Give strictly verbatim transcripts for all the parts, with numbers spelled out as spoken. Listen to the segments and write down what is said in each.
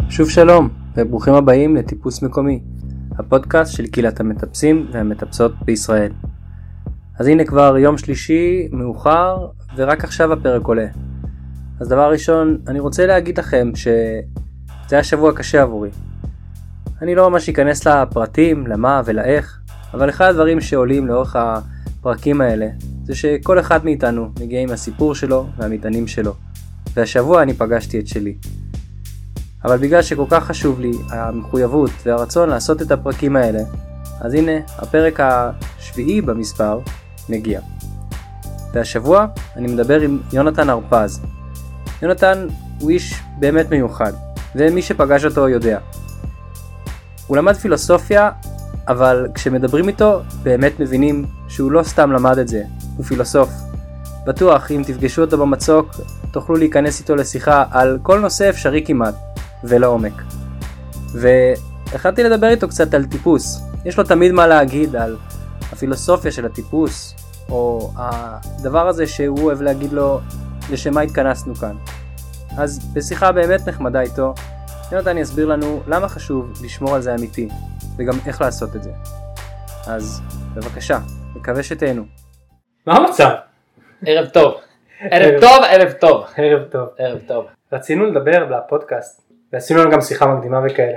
שוב שלום וברוכים הבאים לטיפוס מקומי, הפודקאסט של קהילת המטפסים והמטפסות בישראל. אז הנה כבר יום שלישי מאוחר ורק עכשיו הפרק עולה. אז דבר ראשון, אני רוצה להגיד לכם שזה היה שבוע קשה עבורי. אני לא ממש אכנס לפרטים, למה ולאיך, אבל אחד הדברים שעולים לאורך הפרקים האלה זה שכל אחד מאיתנו מגיע עם הסיפור שלו והמטענים שלו. והשבוע אני פגשתי את שלי. אבל בגלל שכל כך חשוב לי המחויבות והרצון לעשות את הפרקים האלה, אז הנה הפרק השביעי במספר מגיע. והשבוע אני מדבר עם יונתן הרפז. יונתן הוא איש באמת מיוחד, ומי שפגש אותו יודע. הוא למד פילוסופיה, אבל כשמדברים איתו באמת מבינים שהוא לא סתם למד את זה, הוא פילוסוף. בטוח אם תפגשו אותו במצוק תוכלו להיכנס איתו לשיחה על כל נושא אפשרי כמעט ולעומק. והחלטתי לדבר איתו קצת על טיפוס. יש לו תמיד מה להגיד על הפילוסופיה של הטיפוס, או הדבר הזה שהוא אוהב להגיד לו לשם מה התכנסנו כאן. אז בשיחה באמת נחמדה איתו, יונתן יסביר לנו למה חשוב לשמור על זה אמיתי, וגם איך לעשות את זה. אז בבקשה, מקווה שתהנו. מה המצב? ערב טוב. ערב טוב, ערב טוב. ערב טוב. ערב טוב. רצינו לדבר בפודקאסט, ועשינו לנו גם שיחה מקדימה וכאלה.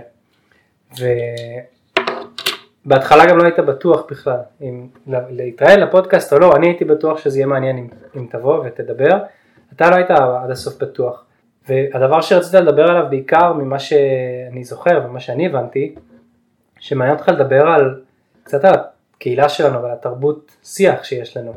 ובהתחלה גם לא היית בטוח בכלל, אם להתראיין לפודקאסט או לא, אני הייתי בטוח שזה יהיה מעניין אם, אם תבוא ותדבר. אתה לא היית עד הסוף בטוח. והדבר שרצית לדבר עליו בעיקר ממה שאני זוכר ומה שאני הבנתי, שמעניין אותך לדבר על, קצת על הקהילה שלנו ועל התרבות שיח שיש לנו.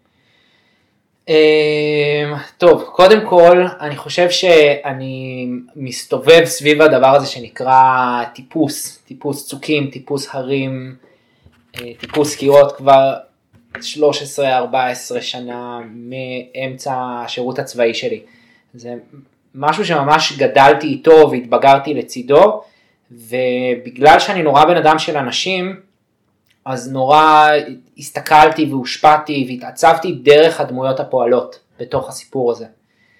טוב, קודם כל אני חושב שאני מסתובב סביב הדבר הזה שנקרא טיפוס, טיפוס צוקים, טיפוס הרים, טיפוס קירות כבר שלוש עשרה ארבע עשרה שנה מאמצע השירות הצבאי שלי. זה משהו שממש גדלתי איתו והתבגרתי לצידו, ובגלל שאני נורא בן אדם של אנשים, אז נורא הסתכלתי והושפעתי והתעצבתי דרך הדמויות הפועלות בתוך הסיפור הזה.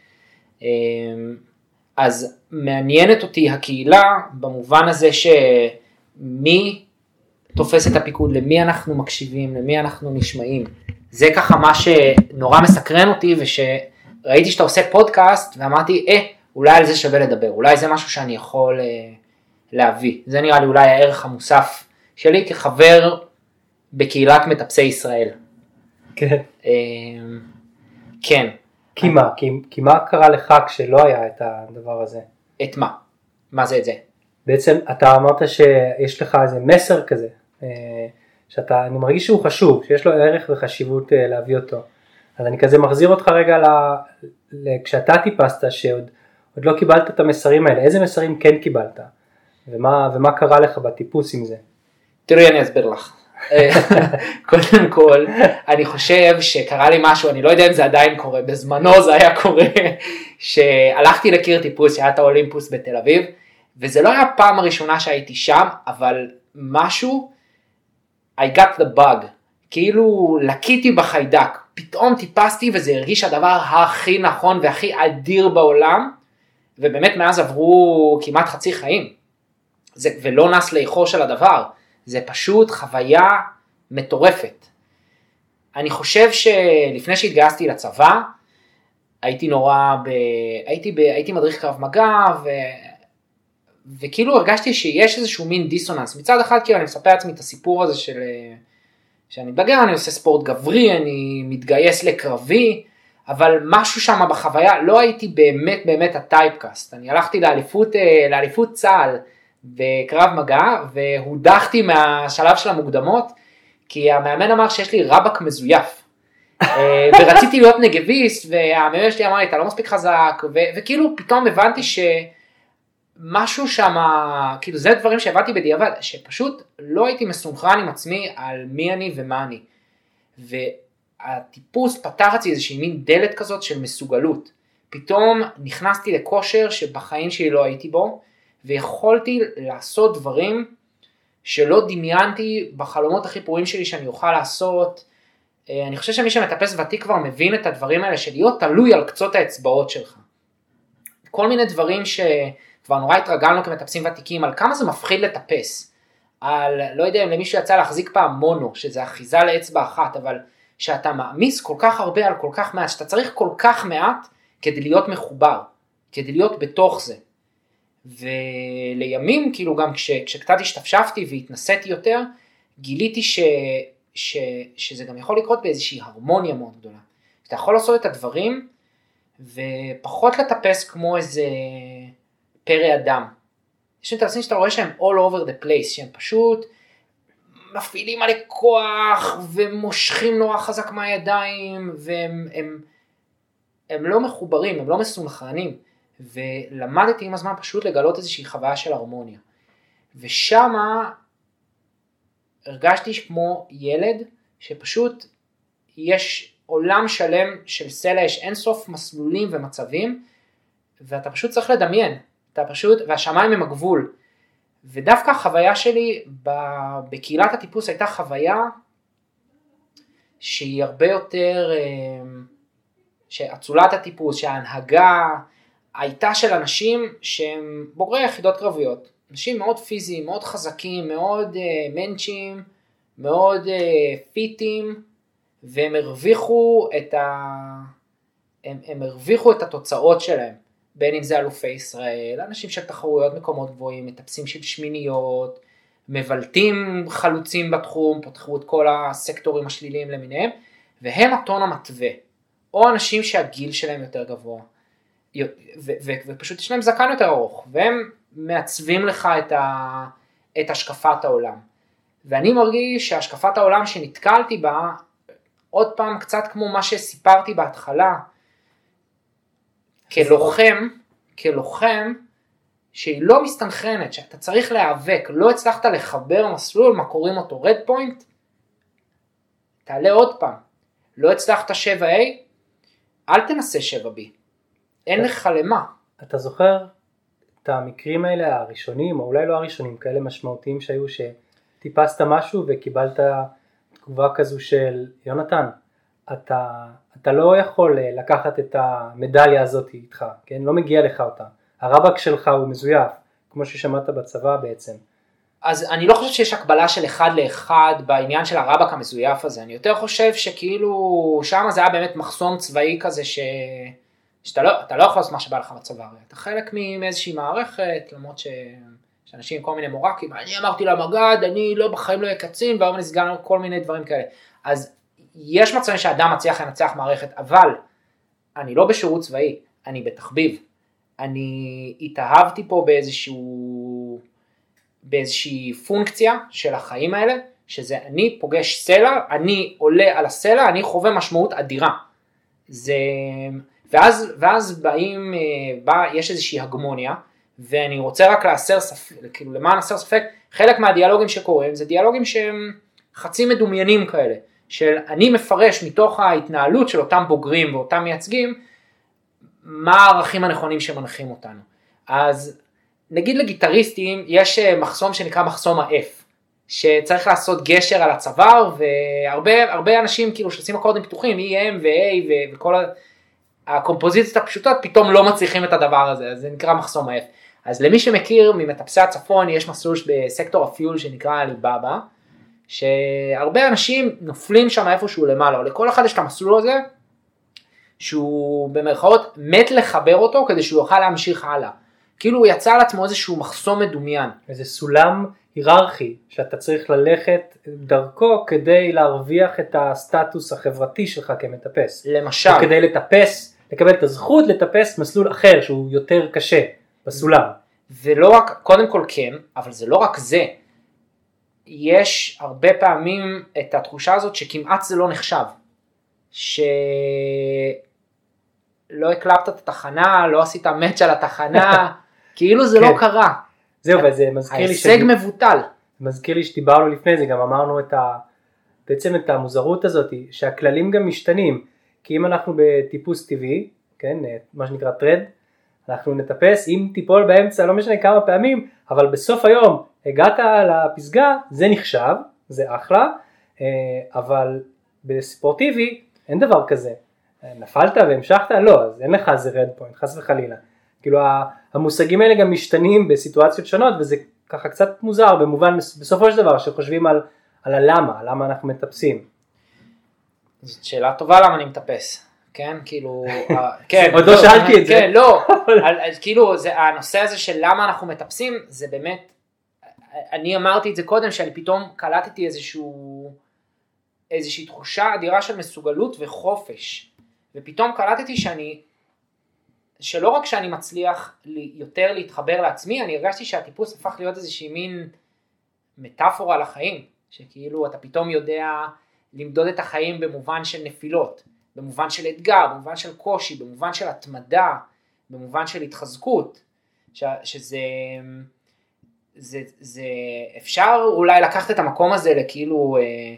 אז מעניינת אותי הקהילה במובן הזה שמי תופס את הפיקוד, למי אנחנו מקשיבים, למי אנחנו נשמעים. זה ככה מה שנורא מסקרן אותי, ושראיתי שאתה עושה פודקאסט ואמרתי, אה, אולי על זה שווה לדבר, אולי זה משהו שאני יכול להביא. זה נראה לי אולי הערך המוסף שלי כחבר בקהילת מטפסי ישראל. כן. כן. כי מה? כי, כי מה קרה לך כשלא היה את הדבר הזה? את מה? מה זה את זה? בעצם אתה אמרת שיש לך איזה מסר כזה, שאתה, אני מרגיש שהוא חשוב, שיש לו ערך וחשיבות להביא אותו. אז אני כזה מחזיר אותך רגע ל, ל, כשאתה טיפסת שעוד עוד לא קיבלת את המסרים האלה, איזה מסרים כן קיבלת? ומה, ומה קרה לך בטיפוס עם זה? תראי, אני אסביר לך. קודם כל, אני חושב שקרה לי משהו, אני לא יודע אם זה עדיין קורה, בזמנו זה היה קורה, שהלכתי לקיר טיפוס, שהיה את האולימפוס בתל אביב, וזה לא היה הפעם הראשונה שהייתי שם, אבל משהו, I got the bug, כאילו לקיתי בחיידק, פתאום טיפסתי וזה הרגיש הדבר הכי נכון והכי אדיר בעולם, ובאמת מאז עברו כמעט חצי חיים, זה, ולא נס לאיחור של הדבר, זה פשוט חוויה מטורפת. אני חושב שלפני שהתגייסתי לצבא, הייתי נורא, ב... הייתי, ב... הייתי מדריך קרב מגע, ו... וכאילו הרגשתי שיש איזשהו מין דיסוננס. מצד אחד כאילו אני מספר לעצמי את הסיפור הזה של, שאני בגר, אני עושה ספורט גברי, אני מתגייס לקרבי, אבל משהו שם בחוויה, לא הייתי באמת באמת הטייפקאסט. אני הלכתי לאליפות, לאליפות צה"ל, בקרב מגע, והודחתי מהשלב של המוקדמות, כי המאמן אמר שיש לי רבק מזויף, ורציתי להיות נגביסט, והמאמן שלי אמר לי, אתה לא מספיק חזק, ו- וכאילו פתאום הבנתי שמשהו שם, כאילו זה דברים שהבנתי בדיעבד, שפשוט לא הייתי מסונכרן עם עצמי על מי אני ומה אני, והטיפוס פתח אצלי איזושהי מין דלת כזאת של מסוגלות, פתאום נכנסתי לכושר שבחיים שלי לא הייתי בו, ויכולתי לעשות דברים שלא דמיינתי בחלומות הכי פרועים שלי שאני אוכל לעשות. אני חושב שמי שמטפס ותיק כבר מבין את הדברים האלה של להיות תלוי על קצות האצבעות שלך. כל מיני דברים ש... כבר נורא התרגלנו כמטפסים ותיקים על כמה זה מפחיד לטפס, על, לא יודע אם למישהו יצא להחזיק פעם מונו, שזה אחיזה לאצבע אחת, אבל שאתה מעמיס כל כך הרבה על כל כך מעט, שאתה צריך כל כך מעט כדי להיות מחובר, כדי להיות בתוך זה. ולימים, כאילו גם כש, כשקצת השתפשפתי והתנסיתי יותר, גיליתי ש, ש, שזה גם יכול לקרות באיזושהי הרמוניה מאוד גדולה. אתה יכול לעשות את הדברים, ופחות לטפס כמו איזה פרא אדם. יש מטפסים שאתה רואה שהם all over the place, שהם פשוט מפעילים עלי כוח, ומושכים נורא חזק מהידיים, והם הם, הם לא מחוברים, הם לא מסונכרנים. ולמדתי עם הזמן פשוט לגלות איזושהי חוויה של הרמוניה. ושמה הרגשתי כמו ילד, שפשוט יש עולם שלם של סלע, יש אינסוף מסלולים ומצבים, ואתה פשוט צריך לדמיין, אתה פשוט, והשמיים הם הגבול. ודווקא החוויה שלי בקהילת הטיפוס הייתה חוויה שהיא הרבה יותר, שאצולת הטיפוס, שההנהגה הייתה של אנשים שהם בוגרי יחידות קרביות, אנשים מאוד פיזיים, מאוד חזקים, מאוד uh, מנצ'ים, מאוד uh, פיטים, והם הרוויחו את ה... הם, הם הרוויחו את התוצאות שלהם, בין אם זה אלופי ישראל, אנשים של תחרויות מקומות גבוהים, מטפסים של שמיניות, מבלטים חלוצים בתחום, פותחו את כל הסקטורים השליליים למיניהם, והם הטון המתווה, או אנשים שהגיל שלהם יותר גבוה, ו- ו- ופשוט יש להם זקן יותר ארוך, והם מעצבים לך את, ה- את השקפת העולם. ואני מרגיש שהשקפת העולם שנתקלתי בה, עוד פעם קצת כמו מה שסיפרתי בהתחלה, כלוחם, כלוחם, שהיא לא מסתנכרנת, שאתה צריך להיאבק, לא הצלחת לחבר מסלול, מה קוראים אותו רד פוינט, תעלה עוד פעם, לא הצלחת שבע A, אל תנסה שבע B, אין לך למה. אתה זוכר את המקרים האלה הראשונים, או אולי לא הראשונים, כאלה משמעותיים שהיו שטיפסת משהו וקיבלת תגובה כזו של יונתן, אתה, אתה לא יכול לקחת את המדליה הזאת איתך, כן? לא מגיע לך אותה. הרבק שלך הוא מזויף, כמו ששמעת בצבא בעצם. אז אני לא חושב שיש הקבלה של אחד לאחד בעניין של הרבק המזויף הזה, אני יותר חושב שכאילו שם זה היה באמת מחסום צבאי כזה ש... שאתה לא, אתה לא יכול לעשות מה שבא לך בצבא, אתה חלק מאיזושהי מערכת, למרות ש... שאנשים עם כל מיני מורקים, אני אמרתי למגד, אני לא בחיים לא יקצין, והיום נסגרנו כל מיני דברים כאלה. אז יש מצבים שאדם מצליח לנצח מערכת, אבל אני לא בשירות צבאי, אני בתחביב. אני התאהבתי פה באיזשהו, באיזושהי פונקציה של החיים האלה, שזה אני פוגש סלע, אני עולה על הסלע, אני חווה משמעות אדירה. זה, ואז, ואז באים, בא, יש איזושהי הגמוניה, ואני רוצה רק להסר ספק, כאילו למען הסר ספק, חלק מהדיאלוגים שקורים, זה דיאלוגים שהם חצי מדומיינים כאלה, של אני מפרש מתוך ההתנהלות של אותם בוגרים ואותם מייצגים, מה הערכים הנכונים שמנחים אותנו. אז נגיד לגיטריסטים, יש מחסום שנקרא מחסום ה-F, שצריך לעשות גשר על הצוואר, והרבה הרבה אנשים כאילו שעושים אקורדים פתוחים, E, M ו-A וכל הקומפוזיציות הפשוטות, פתאום לא מצליחים את הדבר הזה, אז זה נקרא מחסום ה-F. אז למי שמכיר ממטפסי הצפון, יש מסלול בסקטור הפיול שנקרא אליבאבא, שהרבה אנשים נופלים שם איפשהו למעלה, או לכל אחד יש את המסלול הזה, שהוא במרכאות מת לחבר אותו, כדי שהוא יוכל להמשיך הלאה. כאילו הוא יצא על עצמו איזשהו מחסום מדומיין. איזה סולם היררכי, שאתה צריך ללכת דרכו, כדי להרוויח את הסטטוס החברתי שלך כמטפס. למשל. וכדי לטפס, לקבל את הזכות לטפס מסלול אחר, שהוא יותר קשה בסולם. ולא רק, קודם כל כן, אבל זה לא רק זה. יש הרבה פעמים את התחושה הזאת שכמעט זה לא נחשב. שלא הקלפת את התחנה, לא עשית מאץ' על התחנה, כאילו זה לא קרה. זהו, וזה מזכיר לי... ההישג מבוטל. מזכיר לי שדיברנו לפני זה, גם אמרנו את ה... בעצם את המוזרות הזאת, שהכללים גם משתנים. כי אם אנחנו בטיפוס טבעי, כן, מה שנקרא טרד, אנחנו נטפס, אם תיפול באמצע, לא משנה כמה פעמים, אבל בסוף היום הגעת לפסגה, זה נחשב, זה אחלה, אבל בספורטיבי אין דבר כזה. נפלת והמשכת? לא, אז אין לך איזה רד פוינט, חס וחלילה. כאילו המושגים האלה גם משתנים בסיטואציות שונות, וזה ככה קצת מוזר במובן בסופו של דבר שחושבים על, על הלמה, למה אנחנו מטפסים. זאת שאלה טובה למה אני מטפס, כן, כאילו, כן, עוד לא שאלתי את זה. כן, לא, כאילו הנושא הזה של למה אנחנו מטפסים, זה באמת, אני אמרתי את זה קודם, שאני פתאום קלטתי איזשהו, איזושהי תחושה אדירה של מסוגלות וחופש, ופתאום קלטתי שאני, שלא רק שאני מצליח יותר להתחבר לעצמי, אני הרגשתי שהטיפוס הפך להיות איזושהי מין מטאפורה לחיים, שכאילו אתה פתאום יודע למדוד את החיים במובן של נפילות, במובן של אתגר, במובן של קושי, במובן של התמדה, במובן של התחזקות, ש, שזה, זה, זה, אפשר אולי לקחת את המקום הזה לכאילו,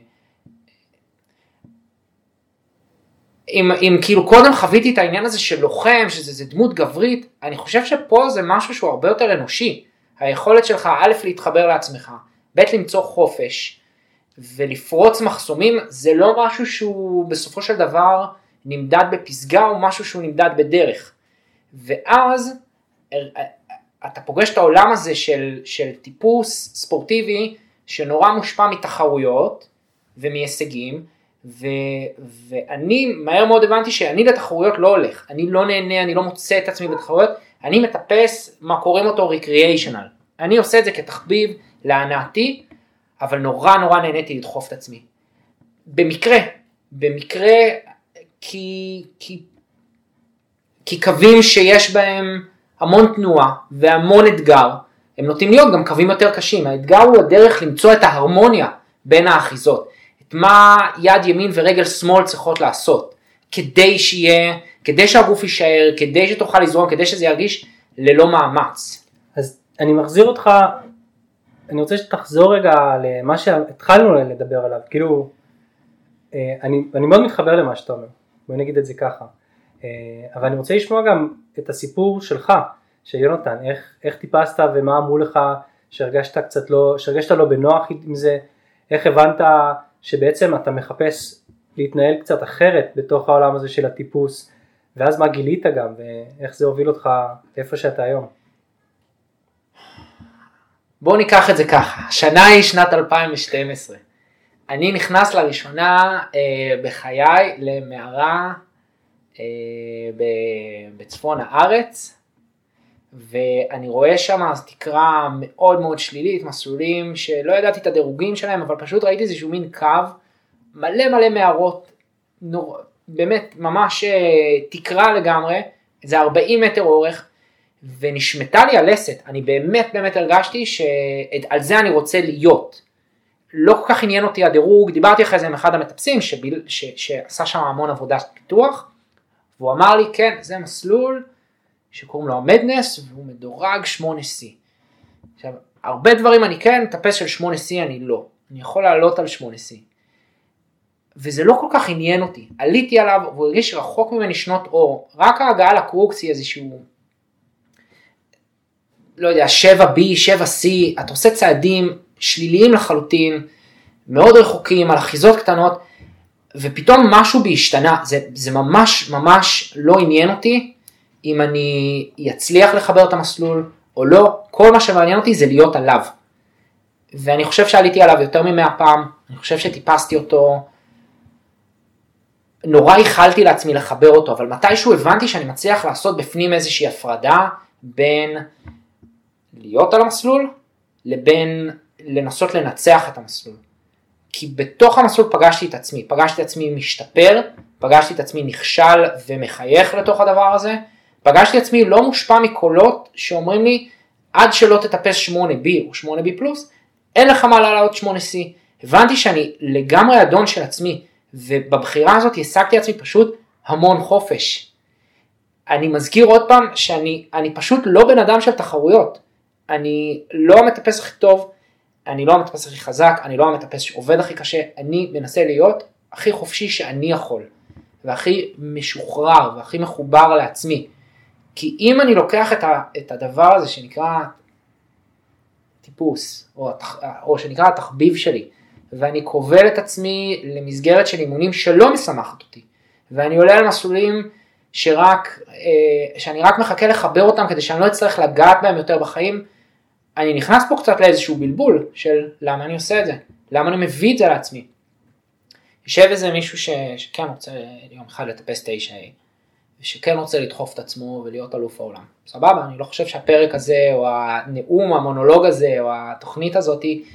אם, אם כאילו קודם חוויתי את העניין הזה של לוחם, שזה זה דמות גברית, אני חושב שפה זה משהו שהוא הרבה יותר אנושי, היכולת שלך א' להתחבר לעצמך, ב' למצוא חופש, ולפרוץ מחסומים, זה לא משהו שהוא בסופו של דבר נמדד בפסגה, או משהו שהוא נמדד בדרך. ואז אתה פוגש את העולם הזה של, של טיפוס ספורטיבי, שנורא מושפע מתחרויות ומהישגים, ו, ואני מהר מאוד הבנתי שאני לתחרויות לא הולך, אני לא נהנה, אני לא מוצא את עצמי בתחרויות, אני מטפס מה קוראים אותו recreational, אני עושה את זה כתחביב להנאתי, אבל נורא נורא נהניתי לדחוף את עצמי. במקרה, במקרה, כי, כי, כי קווים שיש בהם המון תנועה והמון אתגר, הם נוטים להיות גם קווים יותר קשים. האתגר הוא הדרך למצוא את ההרמוניה בין האחיזות. את מה יד ימין ורגל שמאל צריכות לעשות, כדי שיהיה, כדי שהגוף יישאר, כדי שתוכל לזרום, כדי שזה ירגיש ללא מאמץ. אז אני מחזיר אותך, אני רוצה שתחזור רגע למה שהתחלנו לדבר עליו, כאילו, אני, אני מאוד מתחבר למה שאתה אומר, בוא נגיד את זה ככה, אבל אני רוצה לשמוע גם את הסיפור שלך, של יונתן, איך, איך טיפסת ומה אמרו לך, שהרגשת קצת לא, שהרגשת לא בנוח עם זה, איך הבנת שבעצם אתה מחפש להתנהל קצת אחרת בתוך העולם הזה של הטיפוס, ואז מה גילית גם, ואיך זה הוביל אותך איפה שאתה היום. בואו ניקח את זה ככה, השנה היא שנת אלפיים ושתים עשרה, אני נכנס לראשונה אה, בחיי למערה אה, בצפון הארץ, ואני רואה שם אז תקרה מאוד מאוד שלילית, מסלולים שלא ידעתי את הדירוגים שלהם, אבל פשוט ראיתי איזשהו מין קו, מלא מלא מערות, נור... באמת ממש תקרה לגמרי, זה ארבעים מטר אורך, ונשמטה לי הלסת, אני באמת באמת הרגשתי שעל זה אני רוצה להיות, לא כל כך עניין אותי הדירוג, דיברתי אחרי זה עם אחד המטפסים שביל... ש... שעשה שם המון עבודה פיתוח, והוא אמר לי כן זה מסלול שקוראים לו המדנס והוא מדורג שמונה סי, עכשיו הרבה דברים אני כן, מטפס של שמונה סי אני לא, אני יכול לעלות על שמונה סי, וזה לא כל כך עניין אותי, עליתי עליו והוא הרגיש רחוק ממני שנות אור, רק ההגעה לקרוקס היא איזשהו, לא יודע, שבע בי, שבע סי, אתה עושה צעדים שליליים לחלוטין, מאוד רחוקים, על אחיזות קטנות, ופתאום משהו בהשתנה, זה, זה ממש ממש לא עניין אותי, אם אני אצליח לחבר את המסלול או לא, כל מה שמעניין אותי זה להיות עליו, ואני חושב שעליתי עליו יותר ממאה פעם, אני חושב שטיפסתי אותו, נורא ייחלתי לעצמי לחבר אותו, אבל מתישהו הבנתי שאני מצליח לעשות בפנים איזושהי הפרדה, בין להיות על המסלול, לבין לנסות לנצח את המסלול. כי בתוך המסלול פגשתי את עצמי, פגשתי את עצמי משתפר, פגשתי את עצמי נכשל ומחייך לתוך הדבר הזה, פגשתי את עצמי לא מושפע מקולות שאומרים לי, עד שלא תטפס שמונה בי או שמונה בי פלוס, אין לך מה לעלות שמונה סי. הבנתי שאני לגמרי אדון של עצמי, ובבחירה הזאת השגתי עצמי פשוט המון חופש. אני מזכיר עוד פעם שאני אני פשוט לא בן אדם של תחרויות, אני לא המטפס הכי טוב, אני לא המטפס הכי חזק, אני לא המטפס שעובד הכי קשה, אני מנסה להיות הכי חופשי שאני יכול, והכי משוחרר והכי מחובר לעצמי. כי אם אני לוקח את, ה, את הדבר הזה שנקרא טיפוס, או, או שנקרא התחביב שלי, ואני כובל את עצמי למסגרת של אימונים שלא משמחת אותי, ואני עולה על מסלולים שרק, שאני רק מחכה לחבר אותם כדי שאני לא אצטרך לגעת בהם יותר בחיים, אני נכנס פה קצת לאיזשהו בלבול של למה אני עושה את זה, למה אני מביא את זה לעצמי. יושב איזה מישהו ש, שכן רוצה יום אחד לטפס תשע איי, ושכן רוצה לדחוף את עצמו ולהיות אלוף העולם. סבבה, אני לא חושב שהפרק הזה, או הנאום, המונולוג הזה, או התוכנית הזאת, היא,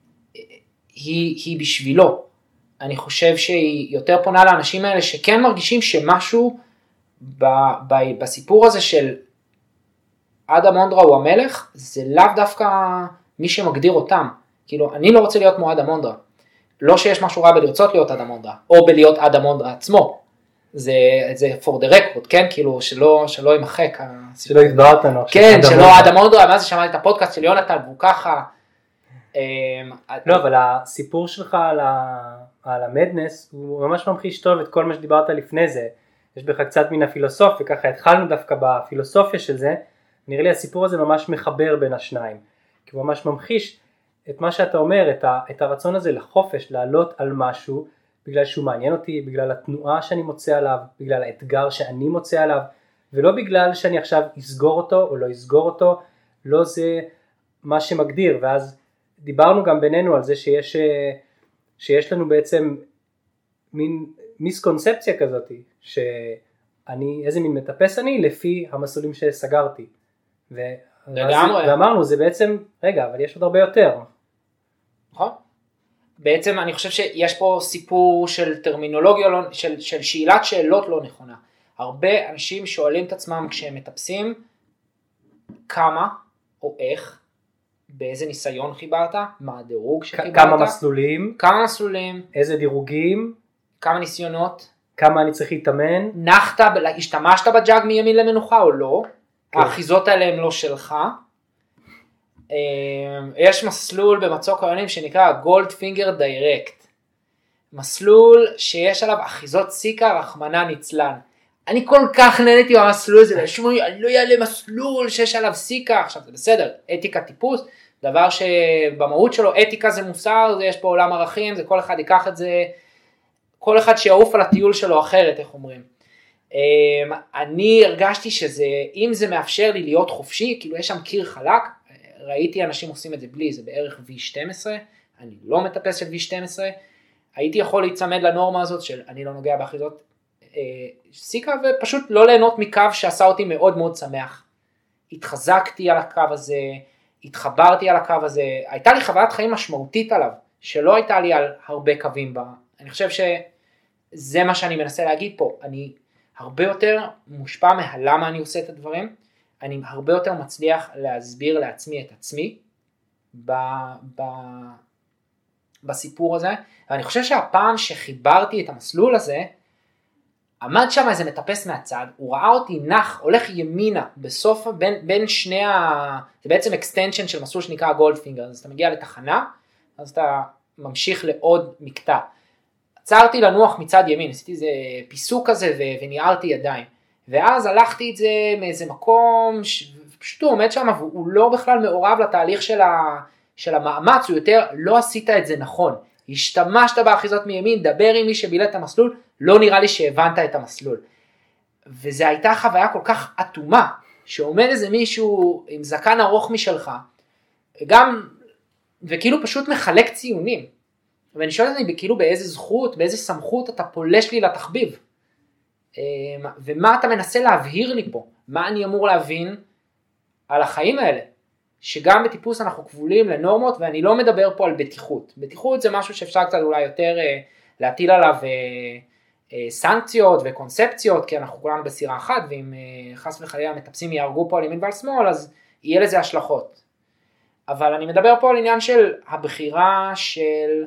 היא בשבילו. אני חושב שהיא יותר פונה לאנשים האלה שכן מרגישים שמשהו ב, ב, בסיפור הזה של אדם אונדרה הוא המלך, זה לאו דווקא מי שמגדיר אותם. כאילו, אני לא רוצה להיות כמו אדם אונדרה. לא שיש משהו רע בלרצות להיות אדם אונדרה, או בלהיות אדם אונדרה עצמו. זה, זה for the record, כן? כאילו, שלא, שלא ימחק. שלא יתבע אותנו. כן, שלא אדם אונדרה, מה זה שמעתי את הפודקאסט של יונתן, והוא ככה. לא, אבל הסיפור שלך על, ה, על המדנס, הוא ממש ממחיש טוב את כל מה שדיברת לפני זה. יש בך קצת מן הפילוסופיה, ככה התחלנו דווקא בפילוסופיה של זה, נראה לי הסיפור הזה ממש מחבר בין השניים, כי הוא ממש ממחיש את מה שאתה אומר, את, ה, את הרצון הזה לחופש, לעלות על משהו, בגלל שהוא מעניין אותי, בגלל התנועה שאני מוצא עליו, בגלל האתגר שאני מוצא עליו, ולא בגלל שאני עכשיו אסגור אותו או לא אסגור אותו, לא זה מה שמגדיר. ואז דיברנו גם בינינו על זה שיש, שיש לנו בעצם מין מיסקונספציה כזאת, שאני, איזה מין מטפס אני לפי המסלולים שסגרתי. ו... ואמרנו זה בעצם, רגע, אבל יש עוד הרבה יותר. נכון. בעצם אני חושב שיש פה סיפור של טרמינולוגיה, של, של שאלת שאלות לא נכונה. הרבה אנשים שואלים את עצמם כשהם מטפסים, כמה או איך, באיזה ניסיון חיברת, מה הדירוג שחיברת, כמה מסלולים, כמה מסלולים, איזה דירוגים, כמה ניסיונות, כמה אני צריך להתאמן, נחת, השתמשת בג'אג מימין למנוחה או לא, כן. האחיזות האלה הם לא שלך. יש מסלול במצוק העולים שנקרא גולדפינגר דיירקט, מסלול שיש עליו אחיזות סיקה רחמנה נצלן. אני כל כך נהניתי במסלול הזה, אני לא יעלה מסלול שיש עליו סיקה. עכשיו זה בסדר, אתיקה טיפוס, דבר שבמהות שלו אתיקה זה מוסר, זה יש פה עולם ערכים, זה כל אחד ייקח את זה, כל אחד שיעוף על הטיול שלו אחרת, איך אומרים. אני הרגשתי שזה, אם זה מאפשר לי להיות חופשי, כאילו יש שם קיר חלק, ראיתי אנשים עושים את זה בלי, זה בערך וי שתים עשרה, אני לא מטפס של וי שתים עשרה, הייתי יכול להצמד לנורמה הזאת של אני לא נוגע באחיזות אה, סיקה, ופשוט לא ליהנות מקו שעשה אותי מאוד מאוד שמח. התחזקתי על הקו הזה, התחברתי על הקו הזה, הייתה לי חוויית חיים משמעותית עליו, שלא הייתה לי על הרבה קווים בה. אני חושב שזה מה שאני מנסה להגיד פה, אני הרבה יותר מושפע מהלמה אני עושה את הדברים, אני הרבה יותר מצליח להסביר לעצמי את עצמי ב, ב, בסיפור הזה, ואני חושב שהפעם שחיברתי את המסלול הזה, עמד שם איזה מטפס מהצד, הוא ראה אותי נח, הולך ימינה, בסוף, בין, בין שני ה... זה בעצם extension של מסלול שנקרא גולדפינגר, אז אתה מגיע לתחנה, אז אתה ממשיך לעוד מקטע. עצרתי לנוח מצד ימין, עשיתי איזה פיסוק כזה ו- וניערתי ידיים, ואז הלכתי את זה מאיזה מקום, ש... פשוט הוא עומד שם, והוא לא בכלל מעורב לתהליך של, ה... של המאמץ, הוא יותר לא עשית את זה נכון, השתמשת באחיזות מימין, דבר עם מי שבילת את המסלול, לא נראה לי שהבנת את המסלול, וזו הייתה חוויה כל כך אטומה, שעומד איזה מישהו עם זקן ארוך משלך, גם, וכאילו פשוט מחלק ציונים, ואני שואל את אני כאילו באיזה זכות, באיזה סמכות אתה פולש לי לתחביב, ומה אתה מנסה להבהיר לי פה, מה אני אמור להבין על החיים האלה, שגם בטיפוס אנחנו כבולים לנורמות, ואני לא מדבר פה על בטיחות, בטיחות זה משהו שאפשר קצת אולי יותר להטיל עליו סנקציות וקונספציות, כי אנחנו כולנו בסירה אחת, ואם חס וחלילה מטפסים יהרגו פה על ימין ועל שמאל, אז יהיה לזה השלכות. אבל אני מדבר פה על עניין של הבחירה של,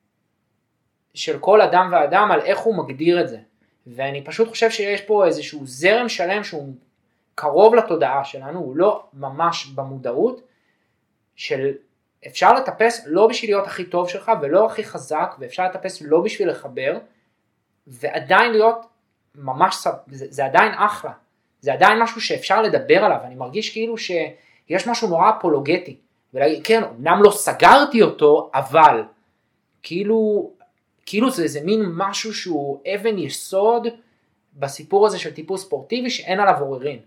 של כל אדם ואדם, על איך הוא מגדיר את זה. ואני פשוט חושב שיש פה איזשהו זרם שלם שהוא קרוב לתודעה שלנו, הוא לא ממש במודעות, של אפשר לטפס לא בשביל להיות הכי טוב שלך ולא הכי חזק, ואפשר לטפס לא בשביל לחבר, ועדיין להיות ממש, זה, זה עדיין אחלה, זה עדיין משהו שאפשר לדבר עליו, אני מרגיש כאילו שיש משהו נורא אפולוגטי, ולהגיד, כן, אמנם לא סגרתי אותו, אבל כאילו, כאילו זה איזה מין משהו שהוא אבן יסוד בסיפור הזה של טיפוס ספורטיבי שאין עליו עוררין.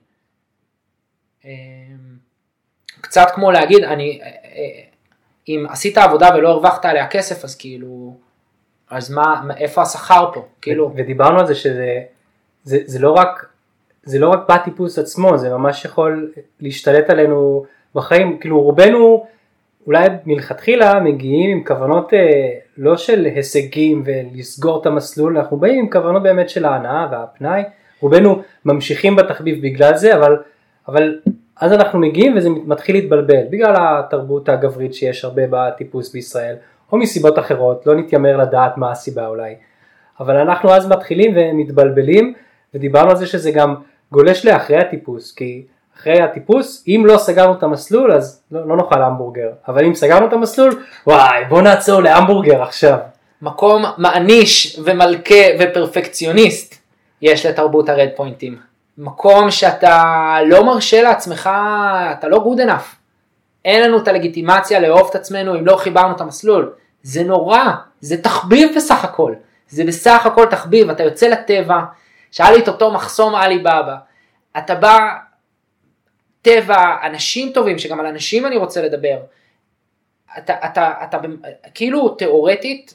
קצת כמו להגיד, אני, אם עשית עבודה ולא הרווחת עליה כסף, אז כאילו, אז מה, איפה השכר פה? כאילו. ודיברנו על זה שזה, זה, זה לא רק, זה לא רק בטיפוס עצמו, זה ממש יכול להשתלט עלינו בחיים, כאילו רובנו אולי מלכתחילה מגיעים עם כוונות לא של הישגים ולסגור את המסלול, אנחנו באים עם כוונות באמת של ההנאה והפנאי, רובנו ממשיכים בתחביב בגלל זה, אבל, אבל אז אנחנו מגיעים וזה מתחיל להתבלבל, בגלל התרבות הגברית שיש הרבה בטיפוס בישראל, או מסיבות אחרות, לא נתיימר לדעת מה הסיבה אולי, אבל אנחנו אז מתחילים ומתבלבלים, ודיברנו על זה שזה גם גולש לאחרי הטיפוס, כי אחרי הטיפוס, אם לא סגרנו את המסלול, אז לא, לא נאכל המבורגר, אבל אם סגרנו את המסלול, וואי, בוא נעצור להמבורגר עכשיו. מקום מעניש ומלכה ופרפקציוניסט יש לתרבות הרד פוינטים. מקום שאתה לא מרשה לעצמך, אתה לא good enough. אין לנו את הלגיטימציה לאהוב את עצמנו אם לא חיברנו את המסלול. זה נורא, זה תחביב בסך הכל. זה בסך הכל תחביב, אתה יוצא לטבע, שאל לי את אותו מחסום עלי בבא, אתה בא טבע, אנשים טובים, שגם על אנשים אני רוצה לדבר, אתה, אתה, אתה, כאילו תיאורטית,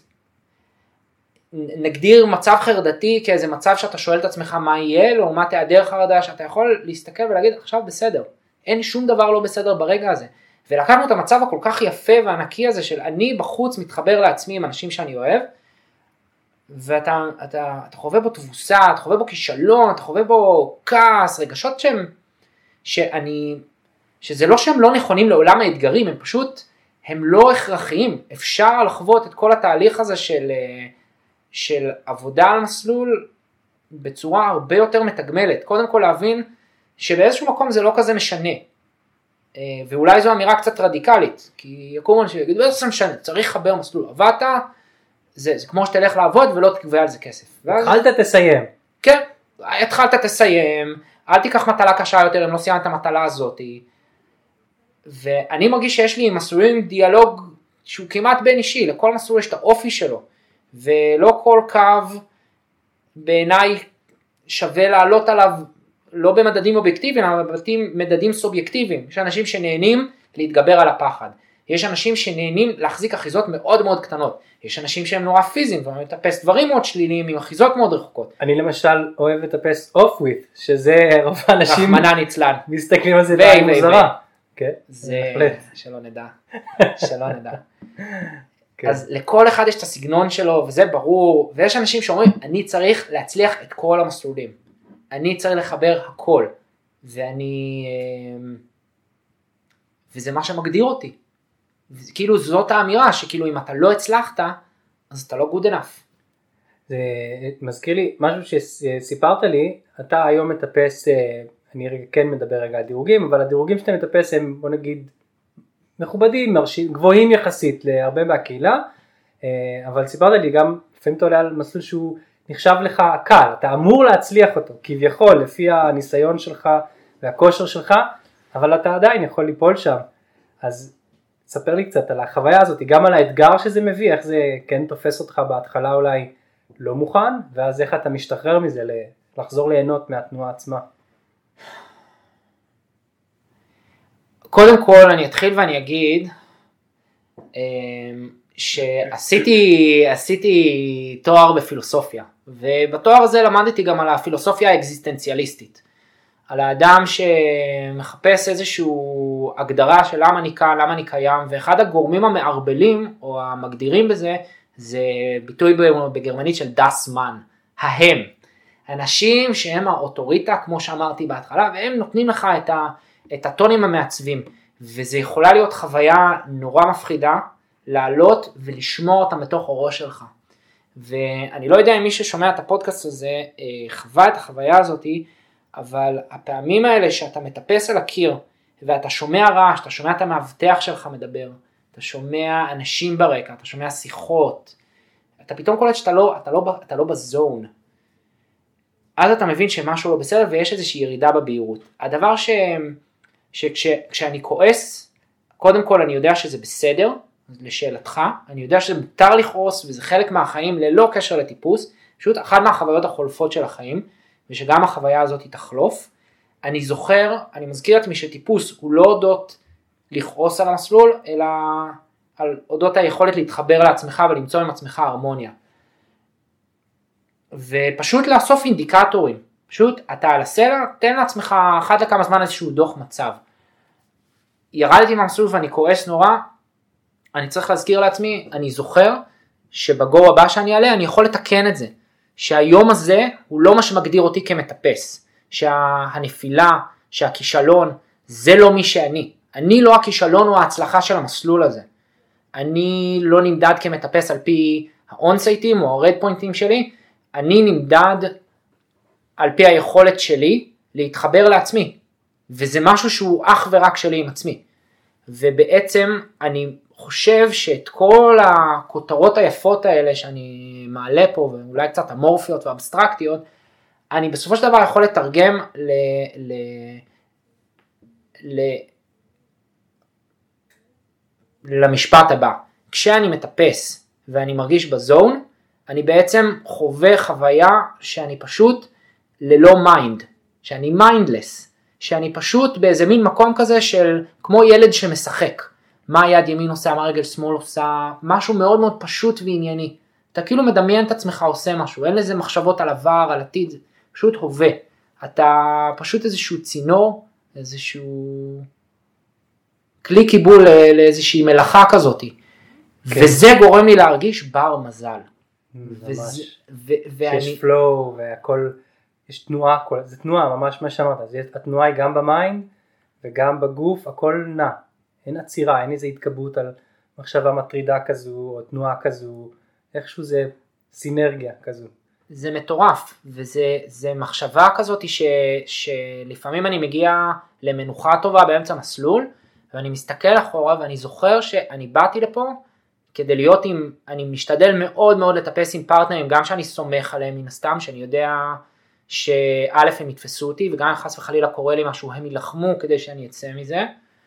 נגדיר מצב חרדתי כאיזה מצב שאתה שואל את עצמך מה יהיה, או מה תיעדר חרדה, שאתה יכול להסתכל ולהגיד עכשיו בסדר, אין שום דבר לא בסדר ברגע הזה, ולקחנו את המצב הכל כך יפה והענקי הזה של אני בחוץ מתחבר לעצמי עם אנשים שאני אוהב, ואתה אתה, אתה חווה בו תבוסה, אתה חווה בו כישלון, אתה חווה בו כעס, רגשות שהם, שאני, שזה לא שהם לא נכונים לעולם האתגרים, הם פשוט, הם לא הכרחיים, אפשר לחוות את כל התהליך הזה של, של עבודה על מסלול, בצורה הרבה יותר מתגמלת, קודם כל להבין שבאיזשהו מקום זה לא כזה משנה, ואולי זו אמירה קצת רדיקלית, כי יקום אנשים יגידו, זה משנה, צריך לחבר מסלול, עבדת, זה, זה כמו שתלך לעבוד ולא תקווה על זה כסף. התחלת תסיים. כן, התחלת תסיים, אל תיקח מטלה קשה יותר אם לא סיימת את המטלה הזאת. ואני מרגיש שיש לי מסלולים דיאלוג שהוא כמעט בין אישי, לכל מסלול יש את האופי שלו, ולא כל קו בעיניי שווה לעלות עליו, לא במדדים אובייקטיביים, אבל במדדים סובייקטיביים. יש אנשים שנהנים להתגבר על הפחד. יש אנשים שנהנים להחזיק אחיזות מאוד מאוד קטנות. יש אנשים שהם נורא פיזיים, ואומרים לטפס דברים מאוד שליליים עם אחיזות מאוד רחוקות. אני למשל אוהב לטפס off with, שזה רוב האנשים רחמנא ליצלן. מסתכלים על זה בעין מוזרה. כן, זה שלא נדע, שלא נדע. אז לכל אחד יש את הסגנון שלו, וזה ברור, ויש אנשים שאומרים, אני צריך להצליח את כל המסלולים. אני צריך לחבר הכל, ואני, וזה מה שמגדיר אותי. כאילו זאת האמירה שכאילו אם אתה לא הצלחת, אז אתה לא good enough. זה מזכיר לי משהו שסיפרת לי, אתה היום מטפס, אני כן מדבר רגע על דירוגים, אבל הדירוגים שאתה מטפס הם בוא נגיד מכובדים, מרשים, גבוהים יחסית להרבה מהקהילה, אבל סיפרת לי גם, לפעמים אתה עולה על מסלול שהוא נחשב לך קל, אתה אמור להצליח אותו, כביכול לפי הניסיון שלך והכושר שלך, אבל אתה עדיין יכול ליפול שם. אז ספר לי קצת על החוויה הזאת, גם על האתגר שזה מביא, איך זה כן תופס אותך בהתחלה אולי לא מוכן, ואז איך אתה משתחרר מזה, לחזור ליהנות מהתנועה עצמה. קודם כל אני אתחיל ואני אגיד, שעשיתי עשיתי תואר בפילוסופיה, ובתואר הזה למדתי גם על הפילוסופיה האקזיסטנציאליסטית, על האדם שמחפש איזשהו הגדרה של למה אני כאן, למה אני קיים, ואחד הגורמים המערבלים או המגדירים בזה, זה ביטוי בגרמנית של das Mann, ההם. אנשים שהם האוטוריטה, כמו שאמרתי בהתחלה, והם נותנים לך את, ה, את הטונים המעצבים, וזה יכולה להיות חוויה נורא מפחידה, לעלות ולשמור אותם בתוך הראש שלך. ואני לא יודע אם מי ששומע את הפודקאסט הזה, חווה את החוויה הזאת, אבל הפעמים האלה שאתה מטפס על הקיר, ואתה שומע רעש, אתה שומע את המאבטח שלך מדבר, אתה שומע אנשים ברקע, אתה שומע שיחות, אתה פתאום קולט שאתה לא, אתה לא, אתה לא בזון. אז אתה מבין שמשהו לא בסדר, ויש איזושהי ירידה בבהירות. הדבר ש, שכשאני כועס, קודם כל אני יודע שזה בסדר, לשאלתך, אני יודע שזה מותר לכעוס, וזה חלק מהחיים ללא קשר לטיפוס, פשוט אחת מהחוויות החולפות של החיים, ושגם החוויה הזאת היא תחלוף. אני זוכר, אני מזכיר לעצמי שטיפוס הוא לא אודות לכעוס על המסלול, אלא על אודות היכולת להתחבר לעצמך ולמצוא עם עצמך הרמוניה. ופשוט לאסוף אינדיקטורים, פשוט אתה על הסלע, תן לעצמך אחת לכמה זמן איזשהו דוח מצב. ירדתי מהמסלול ואני כועס נורא, אני צריך להזכיר לעצמי, אני זוכר שבגור הבא שאני אעלה אני יכול לתקן את זה, שהיום הזה הוא לא מה שמגדיר אותי כמטפס, שהנפילה, שהכישלון, זה לא מי שאני, אני לא הכישלון או ההצלחה של המסלול הזה, אני לא נמדד כמטפס על פי האונסייטים או הרד פוינטים שלי, אני נמדד על פי היכולת שלי להתחבר לעצמי, וזה משהו שהוא אך ורק שלי עם עצמי, ובעצם אני חושב שאת כל הכותרות היפות האלה שאני מעלה פה, ואולי קצת אמורפיות ואבסטרקטיות, אני בסופו של דבר יכול לתרגם ל... ל... ל... למשפט הבא. כשאני מטפס ואני מרגיש בזון, אני בעצם חווה חוויה שאני פשוט ללא מיינד, שאני מיינדלס, שאני פשוט באיזה מין מקום כזה של כמו ילד שמשחק. מה יד ימין עושה, מה רגל שמאל עושה, משהו מאוד מאוד פשוט וענייני. אתה כאילו מדמיין את עצמך עושה משהו, אין לזה מחשבות על עבר, על עתיד, פשוט הווה. אתה פשוט איזשהו צינור, איזשהו כלי קיבול לאיזושהי מלאכה כזאת. כן. וזה גורם לי להרגיש בר מזל. וזה, ו- ואני... שיש פלואו והכל, יש תנועה, כל... זה תנועה ממש מה שאמרת, התנועה היא גם במיינד וגם בגוף, הכל נע. אין עצירה, אין איזו התקבעות על מחשבה מטרידה כזו, או תנועה כזו, איכשהו זה סינרגיה כזו. זה מטורף, וזה זה מחשבה כזאת ש, שלפעמים אני מגיע למנוחה טובה באמצע מסלול, ואני מסתכל אחורה ואני זוכר שאני באתי לפה, כדי להיות עם, אני משתדל מאוד מאוד לטפס עם פרטנרים, גם שאני סומך עליהם מן הסתם, שאני יודע שא' הם יתפסו אותי, וגם חס וחלילה קורה לי משהו, הם ילחמו כדי שאני אצא מזה,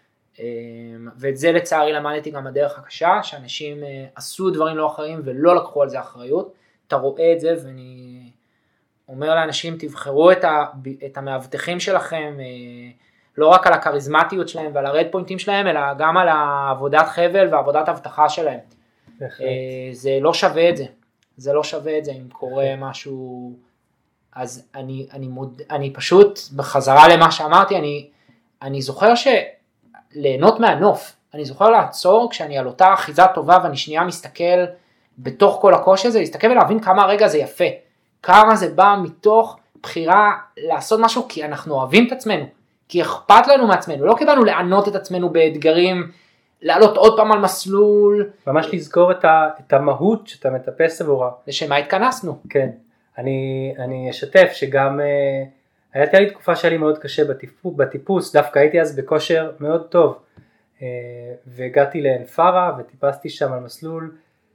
ואת זה לצערי למדתי גם בדרך הקשה, שאנשים עשו דברים לא אחרים ולא לקחו על זה אחריות, אתה רואה את זה, ואני אומר לאנשים, תבחרו את, ה, את המאבטחים שלכם, לא רק על הקריזמטיות שלהם ועל הרד פוינטים שלהם, אלא גם על העבודת חבל ועבודת הבטחה שלהם. בהחלט. זה לא שווה את זה, זה לא שווה את זה אם קורה משהו, אז אני, אני, מוד, אני פשוט בחזרה למה שאמרתי, אני, אני זוכר ש... ליהנות מהנוף, אני זוכר לעצור כשאני על אותה אחיזה טובה ואני שנייה מסתכל בתוך כל הקושי הזה, להסתכל ולהבין כמה הרגע זה יפה, כמה זה בא מתוך בחירה לעשות משהו כי אנחנו אוהבים את עצמנו, כי אכפת לנו מעצמנו, לא קיבלנו לענות את עצמנו באתגרים, לעלות עוד פעם על מסלול. ממש לזכור את, ה, את המהות שאתה מטפס עבורה. לשמה התכנסנו. כן, אני, אני אשתף שגם... הייתה לי תקופה שהיה לי מאוד קשה בטיפוס, בטיפוס, דווקא הייתי אז בכושר מאוד טוב, והגעתי לאנפרה וטיפסתי שם על מסלול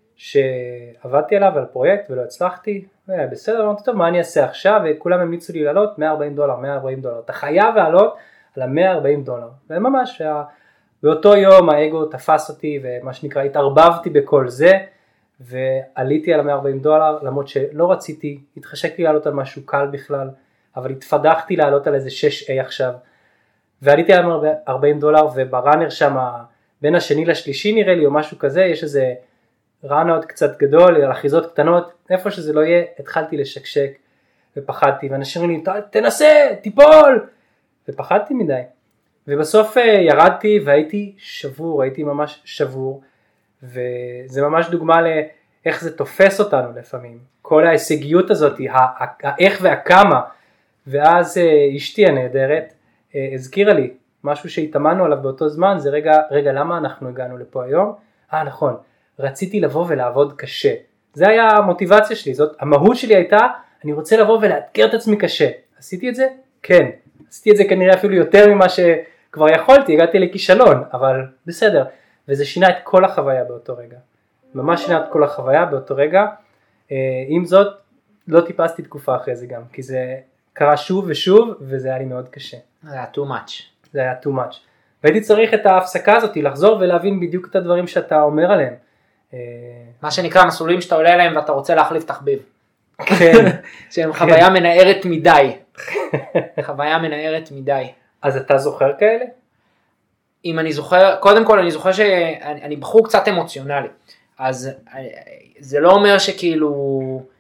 שעבדתי עליו, על פרויקט ולא הצלחתי, בסדר, אמרתי טוב, מה אני אעשה עכשיו? וכולם המליצו לי לעלות מאה וארבעים דולר, מאה וארבעים דולר, אתה חייב לעלות על ה-מאה וארבעים דולר, וממש באותו יום האגו תפס אותי ומה שנקרא התערבבתי בכל זה, ועליתי על ה-מאה וארבעים דולר, למרות שלא רציתי, התחשק לי לעלות על משהו קל בכלל, אבל התפדחתי לעלות על איזה שש איי עכשיו, ועליתי על ארבעים דולר, ובראנר שם, בין השני לשלישי נראה לי, או משהו כזה, יש איזה ראנאוט קצת גדול, על אחיזות קטנות, איפה שזה לא יהיה, התחלתי לשקשק, ופחדתי, ואנשים אומרים לי, תנסה, תיפול, ופחדתי מדי, ובסוף ירדתי, והייתי שבור, הייתי ממש שבור, וזה ממש דוגמה לאיך זה תופס אותנו לפעמים, כל ההישגיות הזאת, האיך והכמה, ואז אשתי הנהדרת הזכירה לי משהו שהתאמנו עליו באותו זמן, זה רגע, רגע למה אנחנו הגענו לפה היום? אה נכון, רציתי לבוא ולעבוד קשה, זה היה המוטיבציה שלי, זאת המהות שלי הייתה, אני רוצה לבוא ולאתגר את עצמי קשה, עשיתי את זה? כן, עשיתי את זה כנראה אפילו יותר ממה שכבר יכולתי, הגעתי לכישלון, אבל בסדר, וזה שינה את כל החוויה באותו רגע, ממש שינה את כל החוויה באותו רגע, עם זאת לא טיפסתי תקופה אחרי זה גם, כי זה קרה שוב ושוב, וזה היה לי מאוד קשה. זה היה too much. זה היה too much. והייתי צריך את ההפסקה הזאת, לחזור ולהבין בדיוק את הדברים שאתה אומר עליהם. מה שנקרא מסלולים שאתה עולה עליהם ואתה רוצה להחליף תחביב. כן. שהם חוויה מנערת מדי. חוויה מנערת מדי. אז אתה זוכר כאלה? אם אני זוכר, קודם כל אני זוכר שאני אני בחור קצת אמוציונלי, אז זה לא אומר שכאילו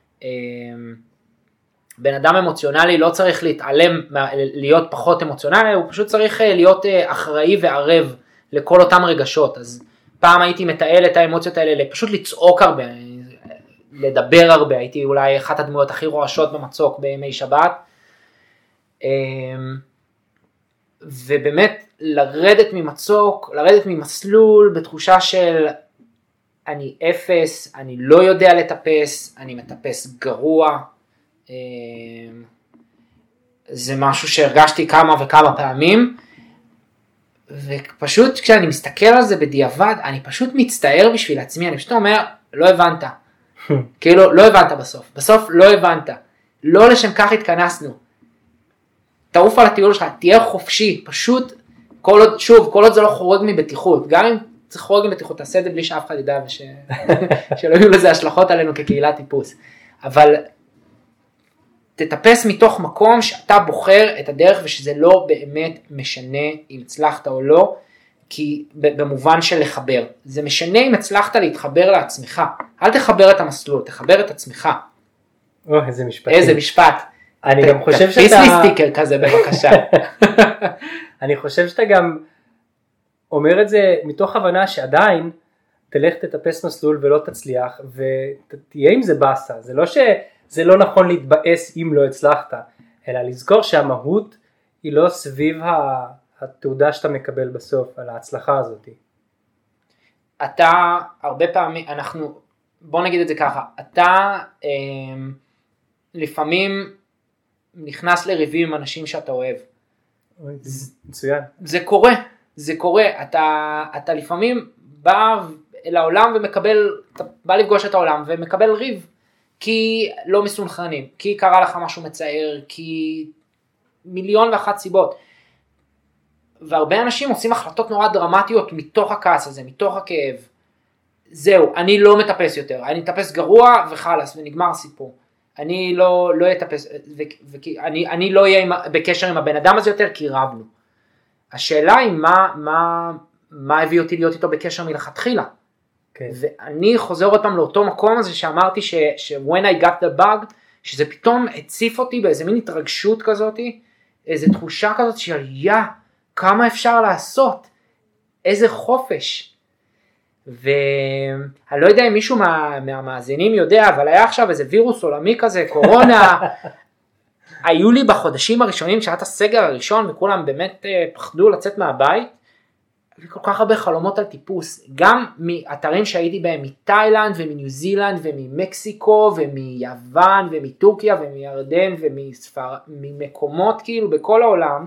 בן אדם אמוציונלי לא צריך להתעלם, להיות פחות אמוציונלי, הוא פשוט צריך להיות אחראי וערב לכל אותם רגשות. אז פעם הייתי מתעל את האמוציות האלה, פשוט לצעוק הרבה, לדבר הרבה, הייתי אולי אחת הדמויות הכי רועשות במצוק בימי שבת, ובאמת לרדת ממצוק, לרדת ממסלול בתחושה של אני אפס, אני לא יודע לטפס, אני מטפס גרוע, זה משהו שהרגשתי כמה וכמה פעמים, ופשוט כשאני מסתכל על זה בדיעבד, אני פשוט מצטער בשביל עצמי, אני פשוט אומר, לא הבנת, כאילו לא הבנת בסוף, בסוף לא הבנת, לא לשם כך התכנסנו, תעוף על הטיול שלך, תהיה חופשי, פשוט, כל עוד, שוב, כל עוד זה לא חורג מבטיחות, גם אם צריך חורג מבטיחות, תעשה את זה בלי שאף אחד ידע, וש... שלא יהיו לזה השלכות עלינו כקהילת טיפוס, אבל תטפס מתוך מקום שאתה בוחר את הדרך, ושזה לא באמת משנה אם הצלחת או לא, כי במובן של לחבר, זה משנה אם הצלחת להתחבר לעצמך, אל תחבר את המסלול, תחבר את עצמך. או, איזה משפט. איזה משפט. אני גם חושב שאתה... תפיס לי סטיקר כזה בבקשה. אני חושב שאתה גם אומר את זה מתוך הבנה שעדיין תלך תטפס מסלול ולא תצליח, ותהיה עם זה בסה, זה לא שזה לא נכון להתבאס אם לא הצלחת, אלא לזכור שהמהות היא לא סביב התעודה שאתה מקבל בסוף על ההצלחה הזאת. אתה הרבה פעמים, אנחנו, בוא נגיד את זה ככה, אתה אה, לפעמים נכנס לריבים עם אנשים שאתה אוהב. מצוין. זה קורה, זה קורה, אתה, אתה לפעמים בא אל העולם ומקבל, אתה בא לפגוש את העולם ומקבל ריב, כי לא מסונכרנים, כי קרה לך משהו מצער, כי מיליון ואחת סיבות. והרבה אנשים עושים החלטות נורא דרמטיות מתוך הכעס הזה, מתוך הכאב. זהו, אני לא מטפס יותר, אני מטפס גרוע וחלס ונגמר הסיפור. אני לא, לא אטפס, ואני, אני לא אהיה בקשר עם הבן אדם הזה יותר כי רבנו. השאלה היא מה, מה, מה הביא אותי להיות איתו בקשר מלכתחילה. Okay. ואני חוזר עוד פעם לאותו מקום הזה שאמרתי ש, ש when I got the bug, שזה פתאום הציף אותי באיזה מין התרגשות כזאת, איזו תחושה כזאת של יא, כמה אפשר לעשות, איזה חופש. ואני לא יודע אם מישהו מה, מהמאזינים יודע, אבל היה עכשיו איזה וירוס עולמי כזה, קורונה, היו לי בחודשים הראשונים, שהיה את הסגר הראשון, וכולם באמת פחדו לצאת מהבית, וכל כך הרבה חלומות על טיפוס, גם מאתרים שהייתי בהם, מתאילנד ומניו זילנד וממקסיקו ומיוון ומטורקיה ומירדן וממקומות כאילו בכל העולם,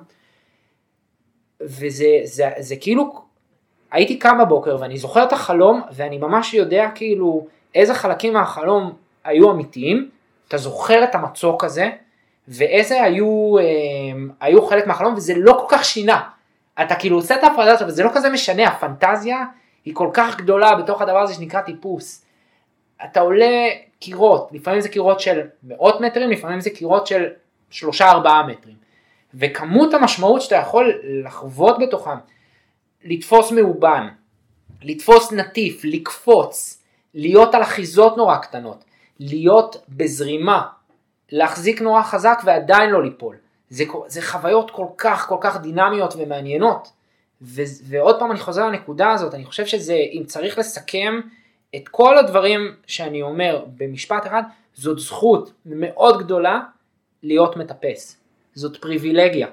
וזה זה, זה כאילו, הייתי קם בבוקר ואני זוכר את החלום, ואני ממש יודע כאילו איזה חלקים מהחלום היו אמיתיים, אתה זוכר את המצוק הזה, ואיזה היו, היו חלק מהחלום, וזה לא כל כך שינה, אתה כאילו עושה את ההפרדה הזאת, וזה לא כזה משנה, הפנטזיה היא כל כך גדולה בתוך הדבר הזה שנקרא טיפוס, אתה עולה קירות, לפעמים זה קירות של מאות מטרים, לפעמים זה קירות של שלושה ארבעה מטרים, וכמות המשמעות שאתה יכול לחוות בתוכם, לתפוס מאובן, לתפוס נטיף, לקפוץ, להיות על אחיזות נורא קטנות, להיות בזרימה, להחזיק נורא חזק ועדיין לא ליפול. זה, זה חוויות כל כך, כל כך דינמיות ומעניינות. ו, ועוד פעם אני חוזר לנקודה הזאת, אני חושב שזה, אם צריך לסכם את כל הדברים שאני אומר במשפט אחד, זאת זכות מאוד גדולה להיות מטפס. זאת פריבילגיה.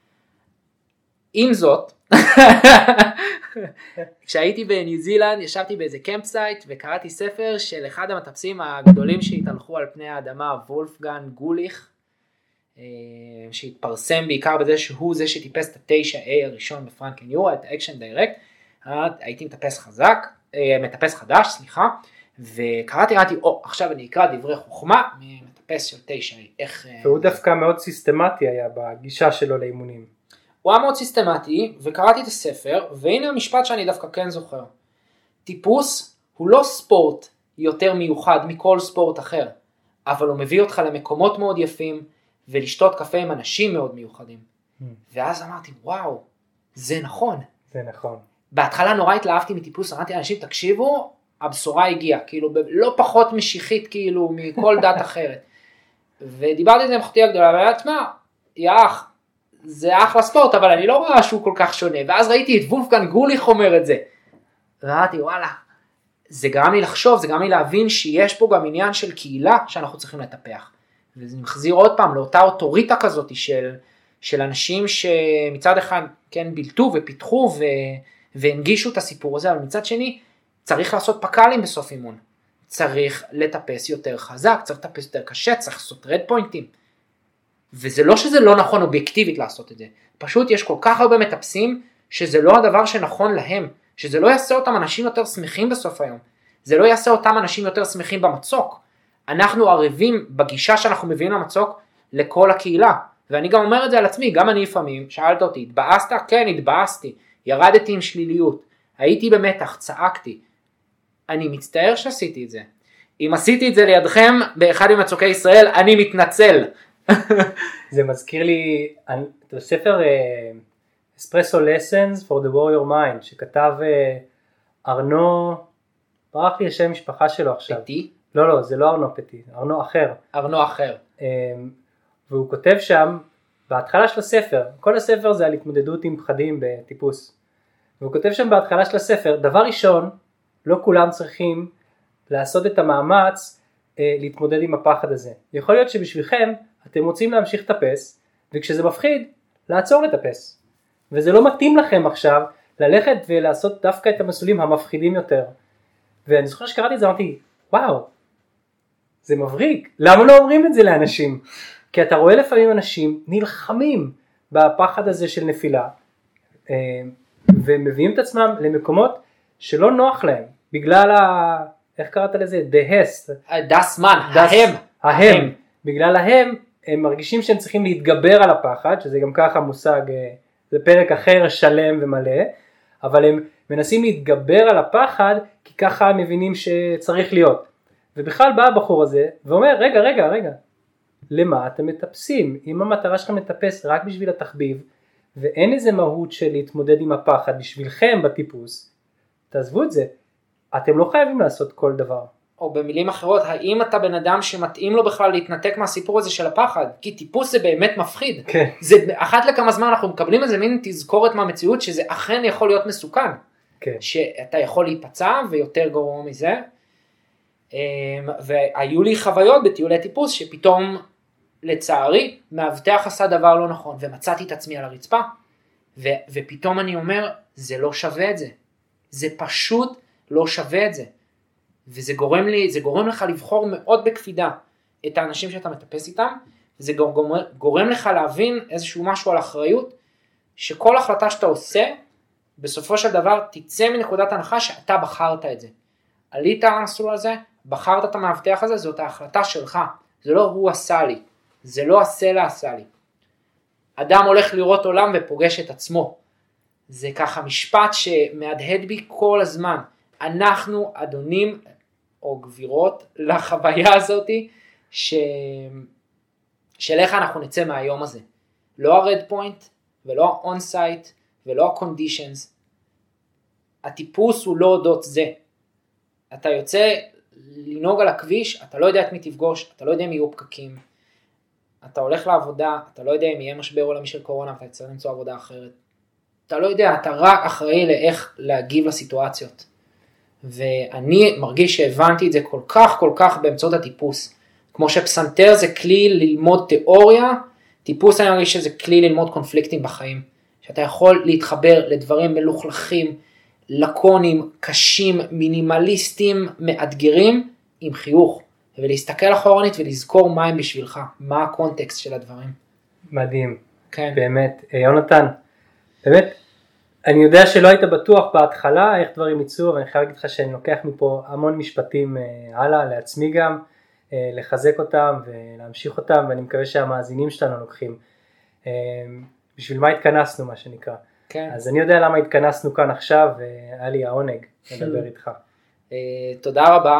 עם זאת, כשהייתי בניו זילנד, ישבתי באיזה קמפסייט וקראתי ספר של אחד המטפסים הגדולים שהתהלכו על פני האדמה, וולפגנג גוליך, שהתפרסם בעיקר בזה שהוא זה שטיפס את ה-תשע איי הראשון בפרנקן יורה, את האקשן דיירקט. הייתי מטפס חזק, מטפס חדש, סליחה, וקראתי, ראיתי, או, עכשיו אני אקרא דברי חוכמה ממטפס של תשע איי. איך... והוא דווקא מאוד סיסטמטי היה בגישה שלו לאימונים. הוא היה מאוד סיסטמטי, וקראתי את הספר, והנה המשפט שאני דווקא כן זוכר. טיפוס הוא לא ספורט יותר מיוחד מכל ספורט אחר, אבל הוא מביא אותך למקומות מאוד יפים, ולשתות קפה עם אנשים מאוד מיוחדים. Mm. ואז אמרתי, וואו, זה נכון. זה נכון. בהתחלה נורא התלהבתי מטיפוס, אמרתי לאנשים, תקשיבו, הבשורה הגיעה, כאילו, לא פחות משיחית, כאילו, מכל דת אחרת. ודיברתי את זה עם אחותי הגדולה, ואני עצמה, יא אח, זה אחלה ספורט, אבל אני לא רואה שהוא כל כך שונה. ואז ראיתי את וולפגנג גוליך אומר את זה. ראיתי, וואלה, זה גרם לי לחשוב, זה גרם לי להבין שיש פה גם עניין של קהילה שאנחנו צריכים לטפח. וזה מחזיר עוד פעם לאותה אוטוריטה כזאת של, של אנשים שמצד אחד כן בלטו ופיתחו ו, והנגישו את הסיפור הזה, אבל מצד שני צריך לעשות פקלים בסוף אימון. צריך לטפס יותר חזק, צריך לטפס יותר קשה, צריך לעשות רד פוינטים. וזה לא שזה לא נכון אובייקטיבית לעשות את זה. פשוט יש כל כך הרבה מטפסים שזה לא הדבר שנכון להם. שזה לא יעשה אותם אנשים יותר שמחים בסוף היום. זה לא יעשה אותם אנשים יותר שמחים במצוק. אנחנו ערבים בגישה שאנחנו מביאים למצוק לכל הקהילה. ואני גם אומר את זה על עצמי, גם אני לפעמים, שאלת אותי, התבאסת? כן, התבאסתי. ירדתי עם שליליות. הייתי במתח, צעקתי. אני מצטער שעשיתי את זה. אם עשיתי את זה לידכם באחד ממצוקי ישראל, אני מתנצל. זה מזכיר לי, את הספר Espresso Lessons for the Warrior Mind, שכתב ארנו, ברח לי השם משפחה שלו עכשיו. פטי? לא, לא, זה לא ארנו פטי, ארנו אחר. ארנו אחר. והוא כותב שם, בהתחלה של הספר, כל הספר זה על התמודדות עם פחדים בטיפוס. והוא כותב שם בהתחלה של הספר, דבר ראשון, לא כולם צריכים לעשות את המאמץ אה, להתמודד עם הפחד הזה. יכול להיות שבשבילכם אתם רוצים להמשיך לטפס, וכשזה מפחיד, לעצור לטפס. וזה לא מתאים לכם עכשיו ללכת ולעשות דווקא את המסלולים המפחידים יותר. ואני זוכר שקראתי את זה, אמרתי, וואו, זה מבריק. למה לא אומרים את זה לאנשים? כי אתה רואה לפעמים אנשים נלחמים בפחד הזה של נפילה, אה, ומביאים את עצמם למקומות שלא נוח להם, בגלל ה... איך קראת לזה? דהס. דסמן, ההם. ההם. בגלל ההם, הם מרגישים שהם צריכים להתגבר על הפחד, שזה גם ככה מושג, זה פרק אחר שלם ומלא, אבל הם מנסים להתגבר על הפחד, כי ככה הם מבינים שצריך להיות. ובכלל בא הבחור הזה, ואומר, רגע, רגע, רגע, למה אתם מטפסים? אם המטרה שלכם לטפס רק בשביל התחביב, ואין איזה מהות של להתמודד עם הפחד בשבילכם בטיפוס, תעזבו את זה. אתם לא חייבים לעשות כל דבר. או במילים אחרות, האם אתה בן אדם שמתאים לו בכלל להתנתק מהסיפור הזה של הפחד? כי טיפוס זה באמת מפחיד. כן. זה אחת לכמה זמן אנחנו מקבלים איזה מין תזכורת מהמציאות שזה אכן יכול להיות מסוכן. כן. שאתה יכול להיפצע ויותר גרוע מזה. והיו לי חוויות בטיולי טיפוס שפתאום לצערי מאבטח עשה דבר לא נכון ומצאתי את עצמי על הרצפה. ו- ופתאום אני אומר, זה לא שווה את זה. זה פשוט לא שווה את זה. וזה גורם לי, זה גורם לך לבחור מאוד בקפידה את האנשים שאתה מטפס איתם, וזה גורם, גורם לך להבין איזשהו משהו על אחריות, שכל החלטה שאתה עושה, בסופו של דבר תצא מנקודת הנחה שאתה בחרת את זה. עלית על המסלול הזה, בחרת את המאבטח הזה, זאת ההחלטה שלך. זה לא הוא עשה לי, זה לא הסלע עשה לי. אדם הולך לראות עולם ופוגש את עצמו. זה ככה משפט שמהדהד בי כל הזמן. אנחנו אדונים או גבירות לחוויה הזאת ש... של איך אנחנו נצא מהיום הזה. לא הרד פוינט ולא האון סייט ולא הקונדישנס. הטיפוס הוא לא אודות זה. אתה יוצא לנהוג על הכביש, אתה לא יודע את מי תפגוש, אתה לא יודע מי יהיו פקקים. אתה הולך לעבודה, אתה לא יודע אם יהיה משבר עולמי של קורונה, אתה צריך למצוא עבודה אחרת. אתה לא יודע, אתה רק אחראי לאיך להגיב לסיטואציות. ואני מרגיש שהבנתי את זה כל כך כל כך באמצעות הטיפוס. כמו שפסנתר זה כלי ללמוד תיאוריה, טיפוס אני מרגיש שזה כלי ללמוד קונפליקטים בחיים. שאתה יכול להתחבר לדברים מלוכלכים, לקונים, קשים, מינימליסטים, מאתגרים, עם חיוך. ולהסתכל אחורנית ולזכור מה הם בשבילך, מה הקונטקסט של הדברים. מדהים. כן. באמת, יונתן, באמת, אני יודע שלא היית בטוח בהתחלה איך דברים יצאו, ואני חייב להגיד לך שאני לוקח מפה המון משפטים הלאה, לעצמי גם, לחזק אותם ולהמשיך אותם, ואני מקווה שהמאזינים שלנו לוקחים. בשביל מה התכנסנו, מה שנקרא. כן. אז אני יודע למה התכנסנו כאן עכשיו, והיה לי העונג לדבר איתך. תודה רבה,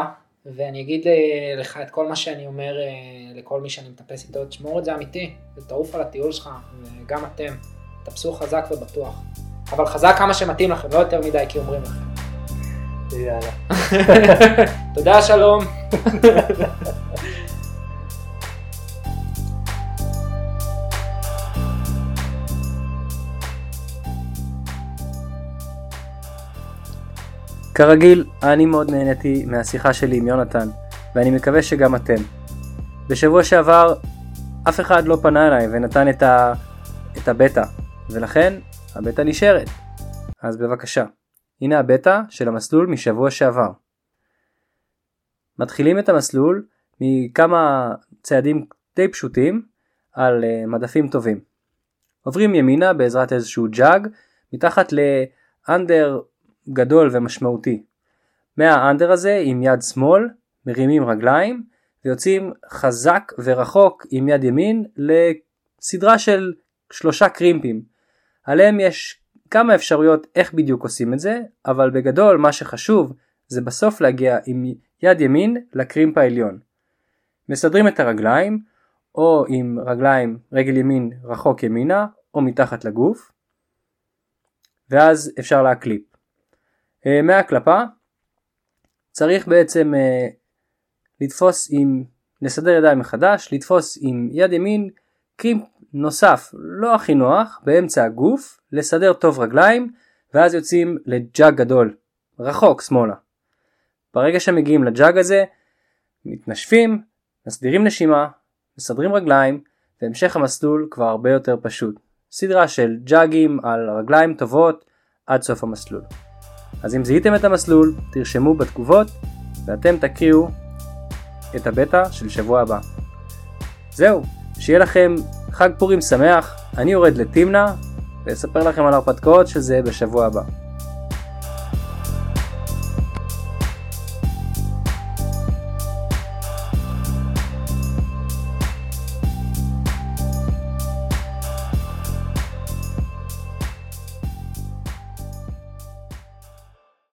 ואני אגיד לך את כל מה שאני אומר לכל מי שאני מטפס איתו, תשמור את זה אמיתי, ותעוף על הטיול שלך, וגם אתם, תפסו חזק ובטוח. אבל חזק כמה שמתאים לכם, לא יותר מדי כי אומרים לכם. יאללה. תודה, שלום. כרגיל, אני מאוד נהניתי מהשיחה שלי עם יונתן, ואני מקווה שגם אתם. בשבוע שעבר, אף אחד לא פנה אליי ונתן את, ה... את הבטא, ולכן הבטא נשארת. אז בבקשה, הנה הבטא של המסלול משבוע שעבר. מתחילים את המסלול מכמה צעדים די פשוטים על מדפים טובים. עוברים ימינה בעזרת איזשהו ג'אג, מתחת לאנדר גדול ומשמעותי. מהאנדר הזה עם יד שמאל מרימים רגליים ויוצאים חזק ורחוק עם יד ימין לסדרה של שלושה קרימפים. עליהם יש כמה אפשרויות איך בדיוק עושים את זה, אבל בגדול מה שחשוב זה בסוף להגיע עם יד ימין לקרימפ העליון. מסדרים את הרגליים או עם רגליים רגל ימין רחוק ימינה או מתחת לגוף, ואז אפשר להקליפ. מהקלפה צריך בעצם לתפוס עם, לסדר ידיים מחדש, לתפוס עם יד ימין קרימפ נוסף, לא הכי נוח, באמצע הגוף, לסדר טוב רגליים, ואז יוצאים לג'אג גדול, רחוק שמאלה. ברגע שמגיעים לג'אג הזה, מתנשפים, מסדירים נשימה, מסדרים רגליים, והמשך המסלול כבר הרבה יותר פשוט. סדרה של ג'אגים על רגליים טובות עד סוף המסלול. אז אם זיהיתם את המסלול, תרשמו בתגובות, ואתם תקריאו את הבטא של שבוע הבא. זהו, שיהיה לכם חג פורים שמח, אני יורד לתמנה, ואספר לכם על הרפתקאות של זה בשבוע הבא.